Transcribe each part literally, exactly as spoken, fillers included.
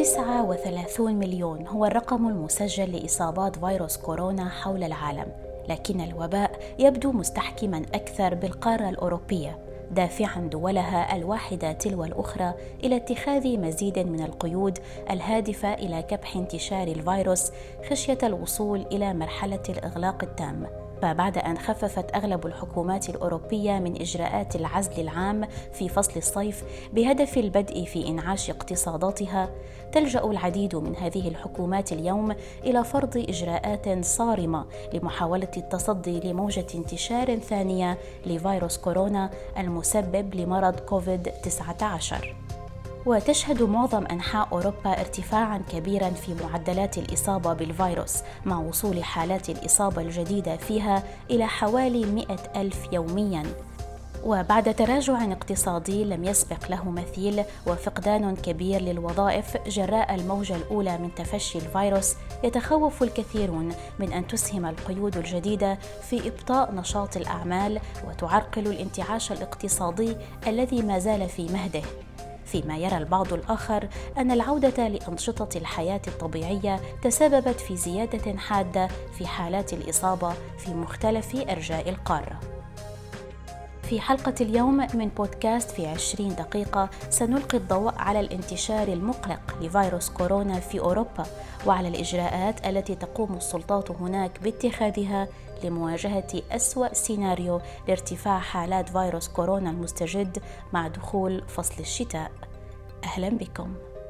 تسعة وثلاثين مليون هو الرقم المسجل لإصابات فيروس كورونا حول العالم، لكن الوباء يبدو مستحكماً أكثر بالقارة الأوروبية، دافعاً دولها الواحدة تلو الأخرى إلى اتخاذ مزيد من القيود الهادفة إلى كبح انتشار الفيروس خشية الوصول إلى مرحلة الإغلاق التام. فبعد أن خففت أغلب الحكومات الأوروبية من إجراءات العزل العام في فصل الصيف بهدف البدء في إنعاش اقتصاداتها، تلجأ العديد من هذه الحكومات اليوم إلى فرض إجراءات صارمة لمحاولة التصدي لموجة انتشار ثانية لفيروس كورونا المسبب لمرض كوفيد تسعة عشر. وتشهد معظم أنحاء أوروبا ارتفاعاً كبيراً في معدلات الإصابة بالفيروس، مع وصول حالات الإصابة الجديدة فيها إلى حوالي مئة ألف يومياً. وبعد تراجع اقتصادي لم يسبق له مثيل وفقدان كبير للوظائف جراء الموجة الأولى من تفشي الفيروس، يتخوف الكثيرون من أن تسهم القيود الجديدة في إبطاء نشاط الأعمال وتعرقل الانتعاش الاقتصادي الذي ما زال في مهده، فيما يرى البعض الآخر أن العودة لأنشطة الحياة الطبيعية تسببت في زيادة حادة في حالات الإصابة في مختلف أرجاء القارة. في حلقة اليوم من بودكاست في عشرين دقيقة سنلقي الضوء على الانتشار المقلق لفيروس كورونا في أوروبا، وعلى الإجراءات التي تقوم السلطات هناك باتخاذها لمواجهة أسوأ سيناريو لارتفاع حالات فيروس كورونا المستجد مع دخول فصل الشتاء. أهلا بكم.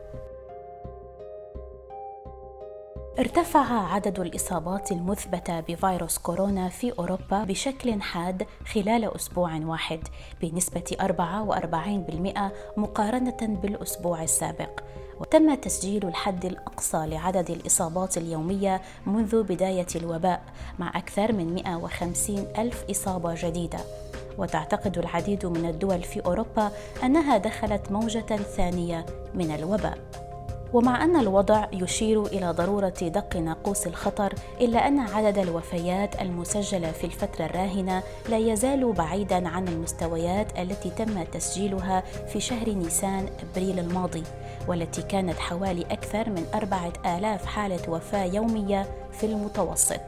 ارتفع عدد الإصابات المثبتة بفيروس كورونا في أوروبا بشكل حاد خلال أسبوع واحد بنسبة أربعة وأربعين بالمئة مقارنة بالأسبوع السابق، وتم تسجيل الحد الأقصى لعدد الإصابات اليومية منذ بداية الوباء مع أكثر من مئة وخمسين ألف إصابة جديدة. وتعتقد العديد من الدول في أوروبا أنها دخلت موجة ثانية من الوباء. ومع أن الوضع يشير إلى ضرورة دق ناقوس الخطر، إلا أن عدد الوفيات المسجلة في الفترة الراهنة لا يزال بعيداً عن المستويات التي تم تسجيلها في شهر نيسان أبريل الماضي، والتي كانت حوالي أكثر من أربعة آلاف حالة وفاة يومية في المتوسط.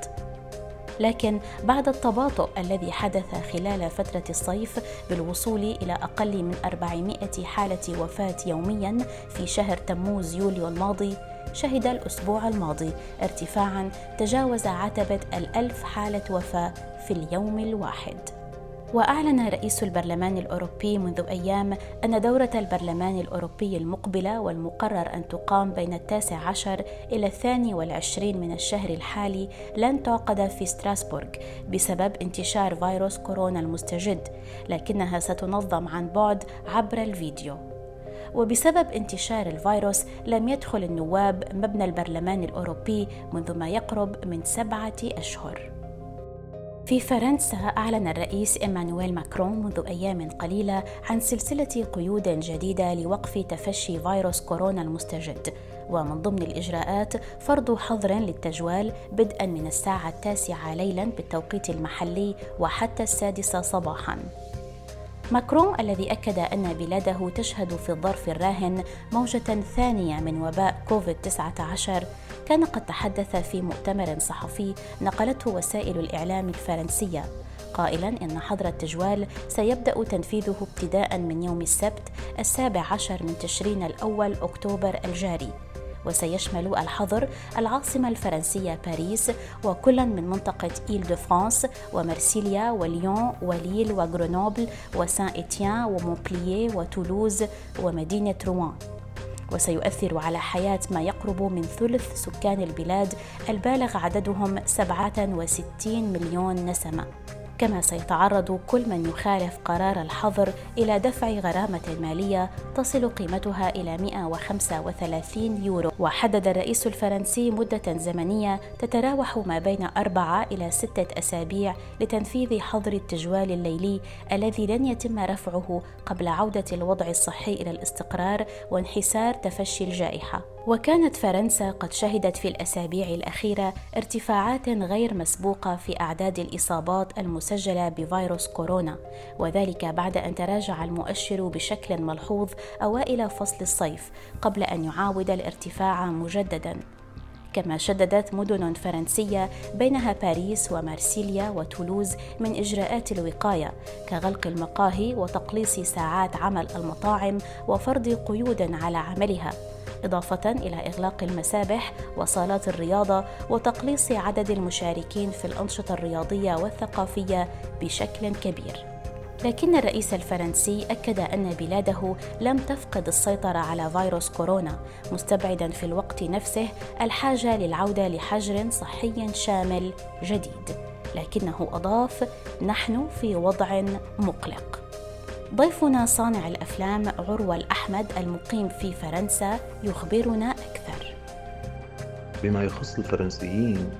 لكن بعد التباطؤ الذي حدث خلال فترة الصيف بالوصول إلى أقل من أربعمائة حالة وفاة يومياً في شهر تموز يوليو الماضي، شهد الأسبوع الماضي ارتفاعاً تجاوز عتبة الألف حالة وفاة في اليوم الواحد. وأعلن رئيس البرلمان الأوروبي منذ أيام أن دورة البرلمان الأوروبي المقبلة والمقرر أن تقام بين التاسع عشر إلى الثاني والعشرين من الشهر الحالي لن تعقد في ستراسبورغ بسبب انتشار فيروس كورونا المستجد، لكنها ستنظم عن بعد عبر الفيديو. وبسبب انتشار الفيروس لم يدخل النواب مبنى البرلمان الأوروبي منذ ما يقرب من سبعة أشهر. في فرنسا أعلن الرئيس إيمانويل ماكرون منذ أيام قليلة عن سلسلة قيود جديدة لوقف تفشي فيروس كورونا المستجد، ومن ضمن الإجراءات فرض حظر للتجوال بدءا من الساعة التاسعة ليلا بالتوقيت المحلي وحتى السادسة صباحا. ماكرون الذي أكد أن بلاده تشهد في الظرف الراهن موجة ثانية من وباء كوفيد تسعة عشر كان قد تحدث في مؤتمر صحفي نقلته وسائل الإعلام الفرنسية، قائلاً إن حظر التجوال سيبدأ تنفيذه ابتداءً من يوم السبت السابع عشر من تشرين الأول أكتوبر الجاري، وسيشمل الحظر العاصمة الفرنسية باريس وكل من منطقة إيل دو فرانس ومرسيليا وليون وليل وغرونوبل وسان إتيان ومونبلييه وتولوز ومدينة روان. وسيؤثر على حياة ما يقرب من ثلث سكان البلاد البالغ عددهم سبعة وستين مليون نسمة. كما سيتعرض كل من يخالف قرار الحظر إلى دفع غرامة مالية تصل قيمتها إلى مئة وخمسة وثلاثين يورو. وحدد الرئيس الفرنسي مدة زمنية تتراوح ما بين أربعة إلى ستة أسابيع لتنفيذ حظر التجوال الليلي الذي لن يتم رفعه قبل عودة الوضع الصحي إلى الاستقرار وانحسار تفشي الجائحة. وكانت فرنسا قد شهدت في الأسابيع الأخيرة ارتفاعات غير مسبوقة في أعداد الإصابات المسجلة بفيروس كورونا، وذلك بعد أن تراجع المؤشر بشكل ملحوظ أوائل فصل الصيف قبل أن يعاود الارتفاع مجدداً. كما شددت مدن فرنسية بينها باريس ومارسيليا وتولوز من إجراءات الوقاية كغلق المقاهي وتقليص ساعات عمل المطاعم وفرض قيود على عملها، إضافة إلى إغلاق المسابح وصالات الرياضة وتقليص عدد المشاركين في الأنشطة الرياضية والثقافية بشكل كبير. لكن الرئيس الفرنسي أكد أن بلاده لم تفقد السيطرة على فيروس كورونا، مستبعداً في الوقت نفسه الحاجة للعودة لحجر صحي شامل جديد، لكنه أضاف: نحن في وضع مقلق. ضيفنا صانع الأفلام عروة الأحمد المقيم في فرنسا يخبرنا أكثر. بما يخص الفرنسيين،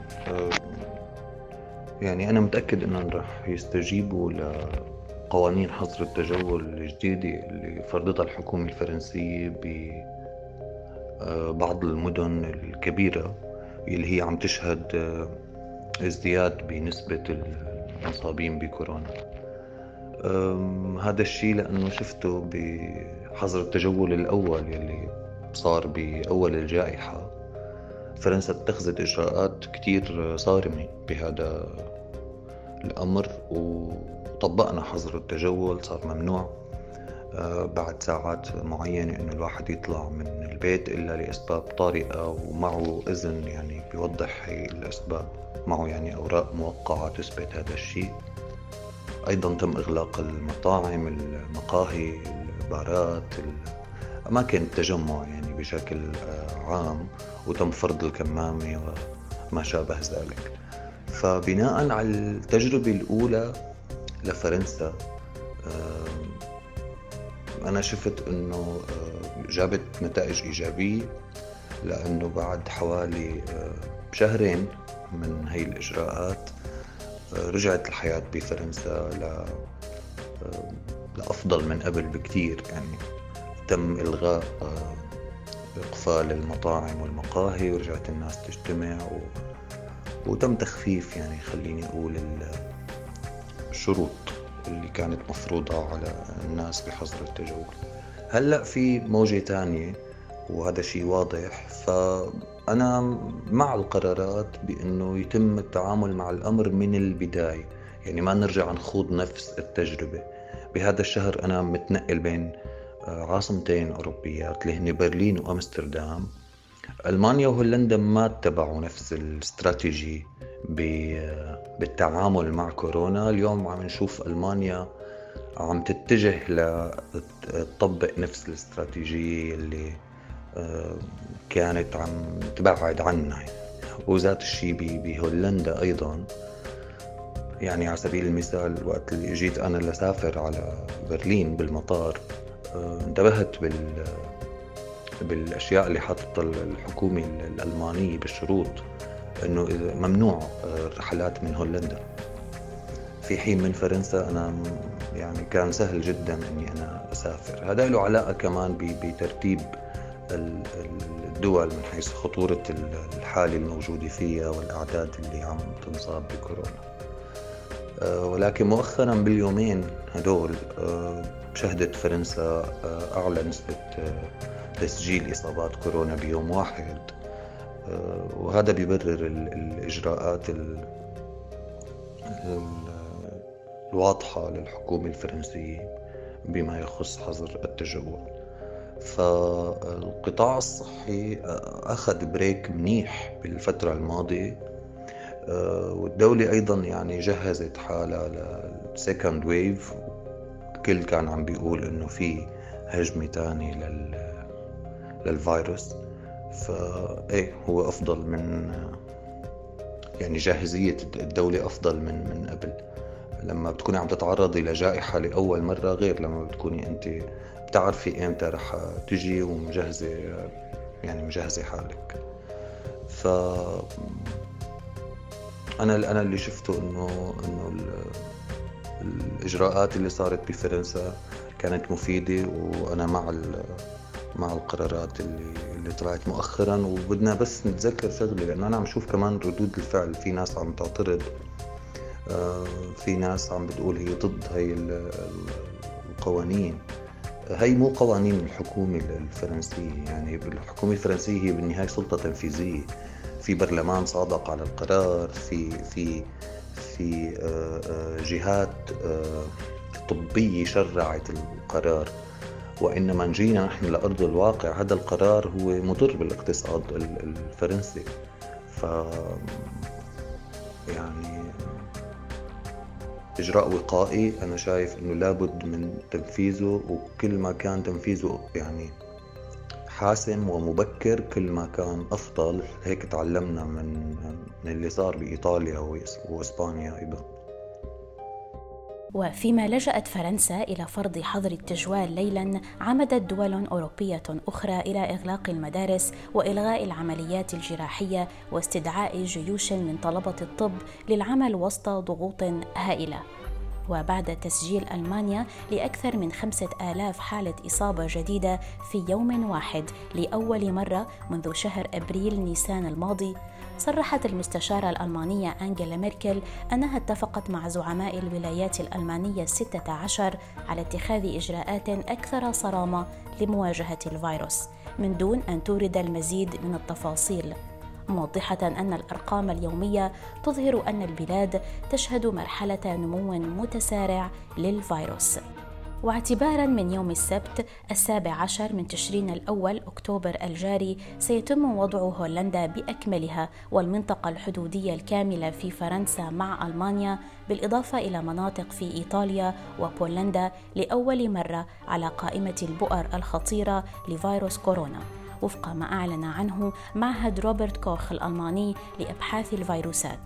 يعني أنا متأكد أنهم رح يستجيبوا لقوانين حظر التجول الجديدة اللي فرضتها الحكومة الفرنسية ببعض المدن الكبيرة اللي هي عم تشهد ازدياد بنسبة المصابين بكورونا. هذا الشيء لأنه شفته بحظر التجول الأول يلي صار بأول الجائحة. فرنسا اتخذت إجراءات كتير صارمة بهذا الأمر، وطبقنا حظر التجول، صار ممنوع بعد ساعات معينة إنه الواحد يطلع من البيت إلا لأسباب طارئة ومعه إذن يعني بيوضح هي الأسباب، معه يعني أوراق موقعة تثبت هذا الشيء. أيضا تم إغلاق المطاعم، المقاهي، البارات، أماكن التجمع يعني بشكل عام، وتم فرض الكمامة وما شابه ذلك. فبناء على التجربة الأولى لفرنسا أنا شفت أنه جابت نتائج إيجابية، لأنه بعد حوالي شهرين من هاي الإجراءات رجعت الحياة بفرنسا لأفضل من قبل بكتير. يعني تم إلغاء إقفال المطاعم والمقاهي ورجعت الناس تجتمع، و... وتم تخفيف يعني خليني أقول الشروط اللي كانت مفروضة على الناس بحظر التجول. هلأ في موجة تانية وهذا شيء واضح، فأنا مع القرارات بأنه يتم التعامل مع الأمر من البداية، يعني ما نرجع نخوض نفس التجربة. بهذا الشهر أنا متنقل بين عاصمتين أوروبيات اللي هن برلين وأمستردام. ألمانيا وهولندا ما اتبعوا نفس الاستراتيجي بالتعامل مع كورونا. اليوم عم نشوف ألمانيا عم تتجه لتطبق نفس الاستراتيجية اللي كانت عم تبعد عنها، وذات الشيء بهولندا أيضا. يعني على سبيل المثال وقت اللي جيت أنا لسافر على برلين بالمطار انتبهت بال بالأشياء اللي حاطتها الحكومة الألمانية بالشروط، إنه ممنوع الرحلات من هولندا، في حين من فرنسا أنا يعني كان سهل جدا إني أنا أسافر. هذا له علاقة كمان بترتيب الدول من حيث خطورة الحالة الموجودة فيها والأعداد اللي عم تنصاب بكورونا. ولكن مؤخرا باليومين هدول شهدت فرنسا أعلى نسبة تسجيل إصابات كورونا بيوم واحد، وهذا بيبرر الإجراءات الواضحة للحكومة الفرنسية بما يخص حظر التجول. فالقطاع الصحي أخذ بريك منيح بالفترة الماضية، والدولة أيضا يعني جهزت حالها للسيكند ويف. الكل كان عم بيقول إنه في هجمة تانية لل للفيروس، فايه هو افضل من يعني جاهزية الدولة افضل من من قبل. لما بتكوني عم تتعرضي لجائحة لاول مرة غير لما بتكوني انت بتعرفي امتى رح تجي ومجهزة يعني مجهزة حالك. ف انا انا اللي شفته انه انه الاجراءات اللي صارت بفرنسا كانت مفيدة، وانا مع مع القرارات اللي, اللي طلعت مؤخرا. وبدنا بس نتذكر شغلة، لأنه أنا عم شوف كمان ردود الفعل، في ناس عم تعترض، آه، في ناس عم بتقول هي ضد هاي القوانين. هاي مو قوانين الحكومة الفرنسية، يعني الحكومة الفرنسية هي بالنهاية سلطة تنفيذية، في برلمان صادق على القرار، في في في جهات طبية شرعت القرار. وإنما نجينا نحن لأرض الواقع، هذا القرار هو مضر بالاقتصاد الفرنسي. ف يعني إجراء وقائي أنا شايف إنه لابد من تنفيذه، وكل ما كان تنفيذه يعني حاسم ومبكر كل ما كان أفضل. هيك تعلمنا من من اللي صار بإيطاليا وإسبانيا أيضا. وفيما لجأت فرنسا إلى فرض حظر التجوال ليلاً، عمدت دول أوروبية أخرى إلى إغلاق المدارس وإلغاء العمليات الجراحية واستدعاء جيوش من طلبة الطب للعمل وسط ضغوط هائلة. وبعد تسجيل ألمانيا لأكثر من خمسة آلاف حالة إصابة جديدة في يوم واحد لأول مرة منذ شهر أبريل نيسان الماضي، صرحت المستشارة الألمانية أنجيلا ميركل أنها اتفقت مع زعماء الولايات الألمانية الستة عشر على اتخاذ إجراءات أكثر صرامة لمواجهة الفيروس، من دون أن تورد المزيد من التفاصيل، موضحة أن الأرقام اليومية تظهر أن البلاد تشهد مرحلة نمو متسارع للفيروس. واعتباراً من يوم السبت السابع عشر من تشرين الأول أكتوبر الجاري، سيتم وضع هولندا بأكملها والمنطقة الحدودية الكاملة في فرنسا مع ألمانيا، بالإضافة إلى مناطق في إيطاليا وبولندا لأول مرة على قائمة البؤر الخطيرة لفيروس كورونا، وفق ما أعلن عنه معهد روبرت كوخ الألماني لأبحاث الفيروسات.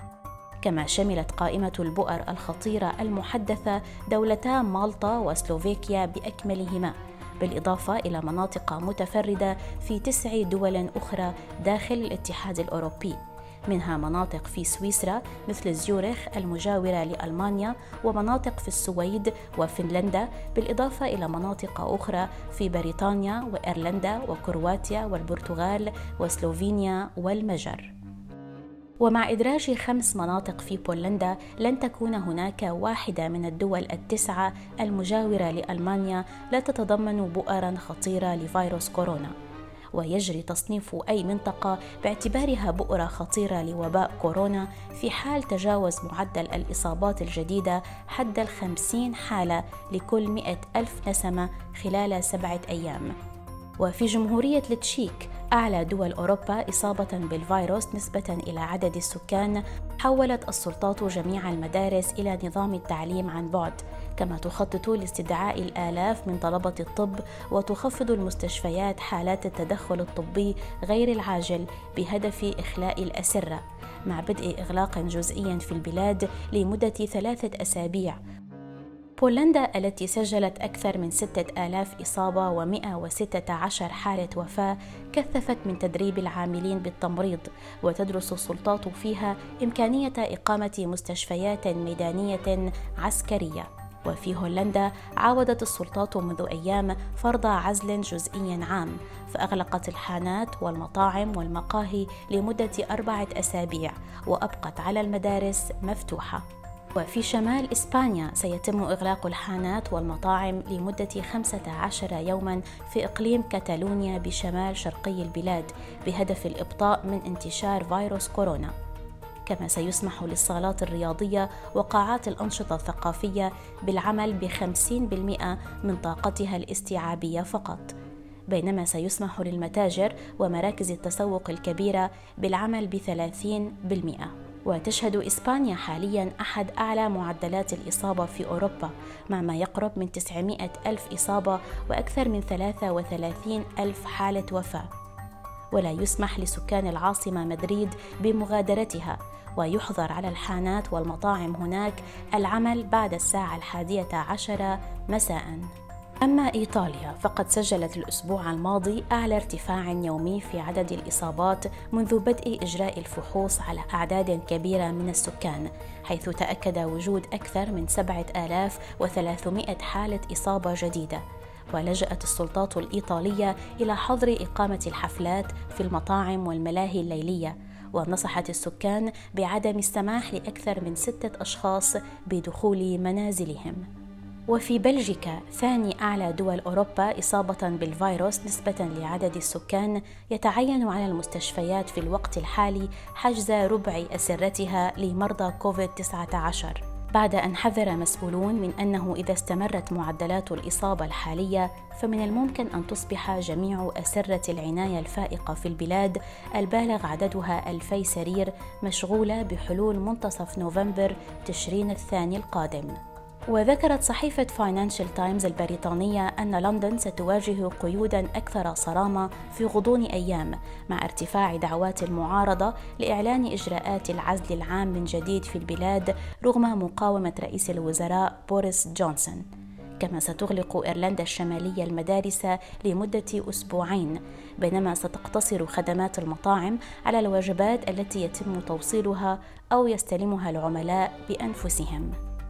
كما شملت قائمة البؤر الخطيرة المحدثة دولتا مالطا وسلوفيكيا بأكملهما، بالإضافة إلى مناطق متفردة في تسع دول أخرى داخل الاتحاد الأوروبي، منها مناطق في سويسرا مثل زيورخ المجاورة لألمانيا، ومناطق في السويد وفنلندا، بالإضافة إلى مناطق أخرى في بريطانيا وإيرلندا وكرواتيا والبرتغال وسلوفينيا والمجر. ومع إدراج خمس مناطق في بولندا، لن تكون هناك واحدة من الدول التسعة المجاورة لألمانيا لا تتضمن بؤرا خطيرة لفيروس كورونا، ويجري تصنيف أي منطقة باعتبارها بؤرة خطيرة لوباء كورونا في حال تجاوز معدل الإصابات الجديدة حد الخمسين حالة لكل مئة ألف نسمة خلال سبعة أيام. وفي جمهورية التشيك، أعلى دول أوروبا إصابة بالفيروس نسبة إلى عدد السكان، حولت السلطات جميع المدارس إلى نظام التعليم عن بعد، كما تخطط لاستدعاء الآلاف من طلبة الطب، وتخفض المستشفيات حالات التدخل الطبي غير العاجل بهدف إخلاء الأسرة، مع بدء إغلاق جزئي في البلاد لمدة ثلاثة أسابيع. بولندا التي سجلت أكثر من ستة آلاف إصابة ومئة وستة عشر حالة وفاة كثفت من تدريب العاملين بالتمريض، وتدرس السلطات فيها إمكانية إقامة مستشفيات ميدانية عسكرية. وفي هولندا عاودت السلطات منذ أيام فرض عزل جزئي عام، فأغلقت الحانات والمطاعم والمقاهي لمدة أربعة أسابيع، وأبقت على المدارس مفتوحة. وفي شمال إسبانيا سيتم إغلاق الحانات والمطاعم لمدة خمسة عشر يوماً في إقليم كاتالونيا بشمال شرقي البلاد، بهدف الإبطاء من انتشار فيروس كورونا. كما سيسمح للصالات الرياضية وقاعات الأنشطة الثقافية بالعمل بخمسين بالمئة من طاقتها الاستيعابية فقط، بينما سيسمح للمتاجر ومراكز التسوق الكبيرة بالعمل بثلاثين بالمئة. وتشهد إسبانيا حالياً أحد أعلى معدلات الإصابة في أوروبا، مع ما يقرب من تسعمئة ألف إصابة وأكثر من ثلاثة وثلاثين ألف حالة وفاة. ولا يسمح لسكان العاصمة مدريد بمغادرتها، ويحظر على الحانات والمطاعم هناك العمل بعد الساعة الحادية عشرة مساءً. أما إيطاليا فقد سجلت الأسبوع الماضي أعلى ارتفاع يومي في عدد الإصابات منذ بدء إجراء الفحوص على أعداد كبيرة من السكان، حيث تأكد وجود أكثر من سبعة آلاف وثلاثمئة حالة إصابة جديدة، ولجأت السلطات الإيطالية إلى حظر إقامة الحفلات في المطاعم والملاهي الليلية، ونصحت السكان بعدم السماح لأكثر من ستة أشخاص بدخول منازلهم. وفي بلجيكا ثاني أعلى دول أوروبا إصابة بالفيروس نسبة لعدد السكان، يتعين على المستشفيات في الوقت الحالي حجز ربع أسرتها لمرضى كوفيد تسعة عشر، بعد أن حذر مسؤولون من أنه إذا استمرت معدلات الإصابة الحالية فمن الممكن أن تصبح جميع أسرة العناية الفائقة في البلاد البالغ عددها ألفي سرير مشغولة بحلول منتصف نوفمبر تشرين الثاني القادم. وذكرت صحيفة فاينانشال تايمز البريطانية أن لندن ستواجه قيوداً أكثر صرامة في غضون أيام مع ارتفاع دعوات المعارضة لإعلان إجراءات العزل العام من جديد في البلاد رغم مقاومة رئيس الوزراء بوريس جونسون. كما ستغلق إيرلندا الشمالية المدارس لمدة أسبوعين، بينما ستقتصر خدمات المطاعم على الوجبات التي يتم توصيلها أو يستلمها العملاء بأنفسهم.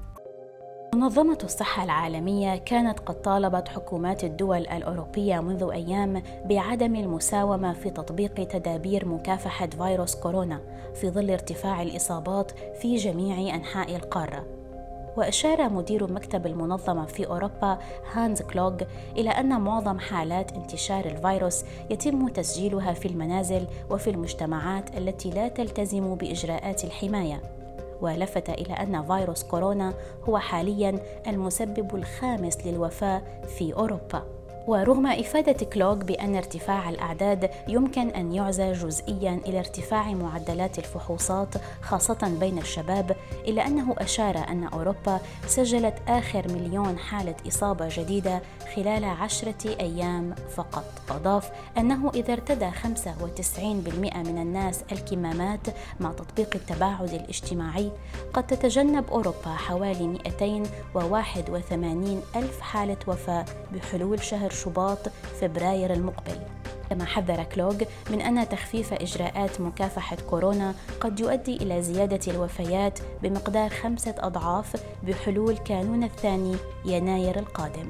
منظمة الصحة العالمية كانت قد طالبت حكومات الدول الأوروبية منذ أيام بعدم المساومة في تطبيق تدابير مكافحة فيروس كورونا في ظل ارتفاع الإصابات في جميع أنحاء القارة. وأشار مدير مكتب المنظمة في أوروبا هانز كلوغ إلى أن معظم حالات انتشار الفيروس يتم تسجيلها في المنازل وفي المجتمعات التي لا تلتزم بإجراءات الحماية، ولفت إلى أن فيروس كورونا هو حالياً المسبب الخامس للوفاة في أوروبا. ورغم إفادة كلوغ بأن ارتفاع الأعداد يمكن أن يعزى جزئياً إلى ارتفاع معدلات الفحوصات خاصة بين الشباب، إلا أنه أشار أن أوروبا سجلت آخر مليون حالة إصابة جديدة خلال عشرة أيام فقط. أضاف أنه إذا ارتدى خمسة وتسعين بالمئة من الناس الكمامات مع تطبيق التباعد الاجتماعي قد تتجنب أوروبا حوالي مئتين وواحد وثمانين ألف حالة وفاة بحلول شهر شباط فبراير المقبل. كما حذر كلوغ من أن تخفيف إجراءات مكافحة كورونا قد يؤدي إلى زيادة الوفيات بمقدار خمسة أضعاف بحلول كانون الثاني يناير القادم.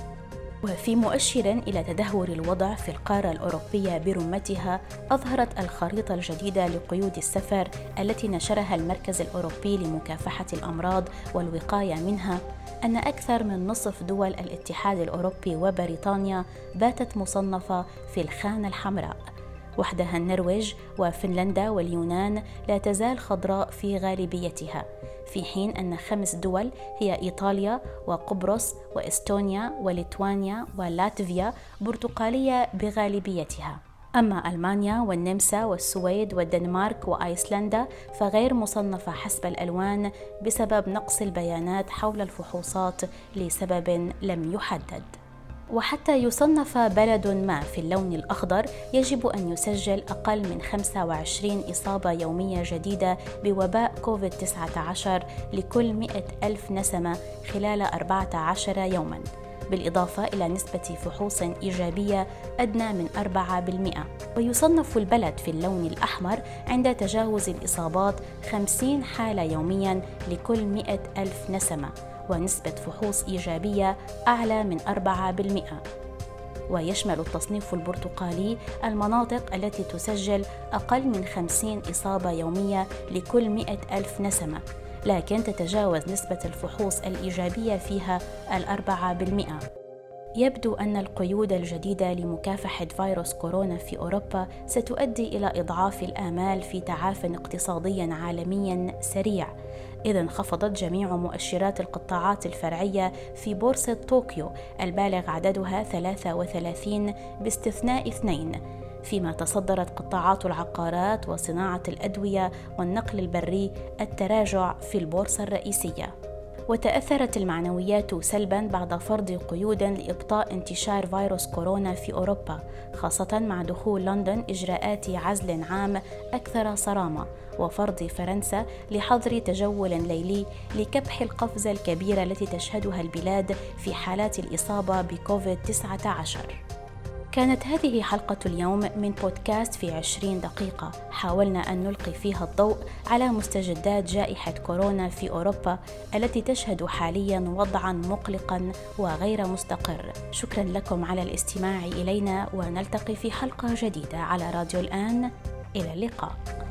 وفي مؤشر إلى تدهور الوضع في القارة الأوروبية برمتها، أظهرت الخريطة الجديدة لقيود السفر التي نشرها المركز الأوروبي لمكافحة الأمراض والوقاية منها أن أكثر من نصف دول الاتحاد الأوروبي وبريطانيا باتت مصنفة في الخانة الحمراء. وحدها النرويج وفنلندا واليونان لا تزال خضراء في غالبيتها، في حين أن خمس دول هي إيطاليا وقبرص وإستونيا وليتوانيا ولاتفيا برتقالية بغالبيتها. أما ألمانيا والنمسا والسويد والدنمارك وآيسلندا فغير مصنفة حسب الألوان بسبب نقص البيانات حول الفحوصات لسبب لم يحدد. وحتى يصنف بلد ما في اللون الأخضر يجب أن يسجل أقل من خمسة وعشرين إصابة يومية جديدة بوباء كوفيد تسعة عشر لكل مئة ألف نسمة خلال أربعة عشر يوماً، بالإضافة إلى نسبة فحوص إيجابية أدنى من أربعة بالمئة. ويصنف البلد في اللون الأحمر عند تجاوز الإصابات خمسين حالة يومياً لكل مئة ألف نسمة، ونسبة فحوص إيجابية أعلى من أربعة بالمئة. ويشمل التصنيف البرتقالي المناطق التي تسجل أقل من خمسين إصابة يومية لكل مئة ألف نسمة، لكن تتجاوز نسبة الفحوص الإيجابية فيها الأربعة بالمئة. يبدو أن القيود الجديدة لمكافحة فيروس كورونا في أوروبا ستؤدي إلى إضعاف الآمال في تعافٍ اقتصادي عالمي سريع، إذ انخفضت جميع مؤشرات القطاعات الفرعية في بورصة طوكيو البالغ عددها ثلاثة وثلاثين باستثناء اثنين، فيما تصدرت قطاعات العقارات وصناعة الأدوية والنقل البري التراجع في البورصة الرئيسية. وتأثرت المعنويات سلباً بعد فرض قيود لإبطاء انتشار فيروس كورونا في أوروبا، خاصة مع دخول لندن إجراءات عزل عام أكثر صرامة، وفرض فرنسا لحظر تجول ليلي لكبح القفزة الكبيرة التي تشهدها البلاد في حالات الإصابة بكوفيد تسعة عشر. كانت هذه حلقة اليوم من بودكاست في عشرين دقيقة، حاولنا أن نلقي فيها الضوء على مستجدات جائحة كورونا في أوروبا التي تشهد حالياً وضعاً مقلقاً وغير مستقر. شكراً لكم على الاستماع إلينا، ونلتقي في حلقة جديدة على راديو الآن. إلى اللقاء.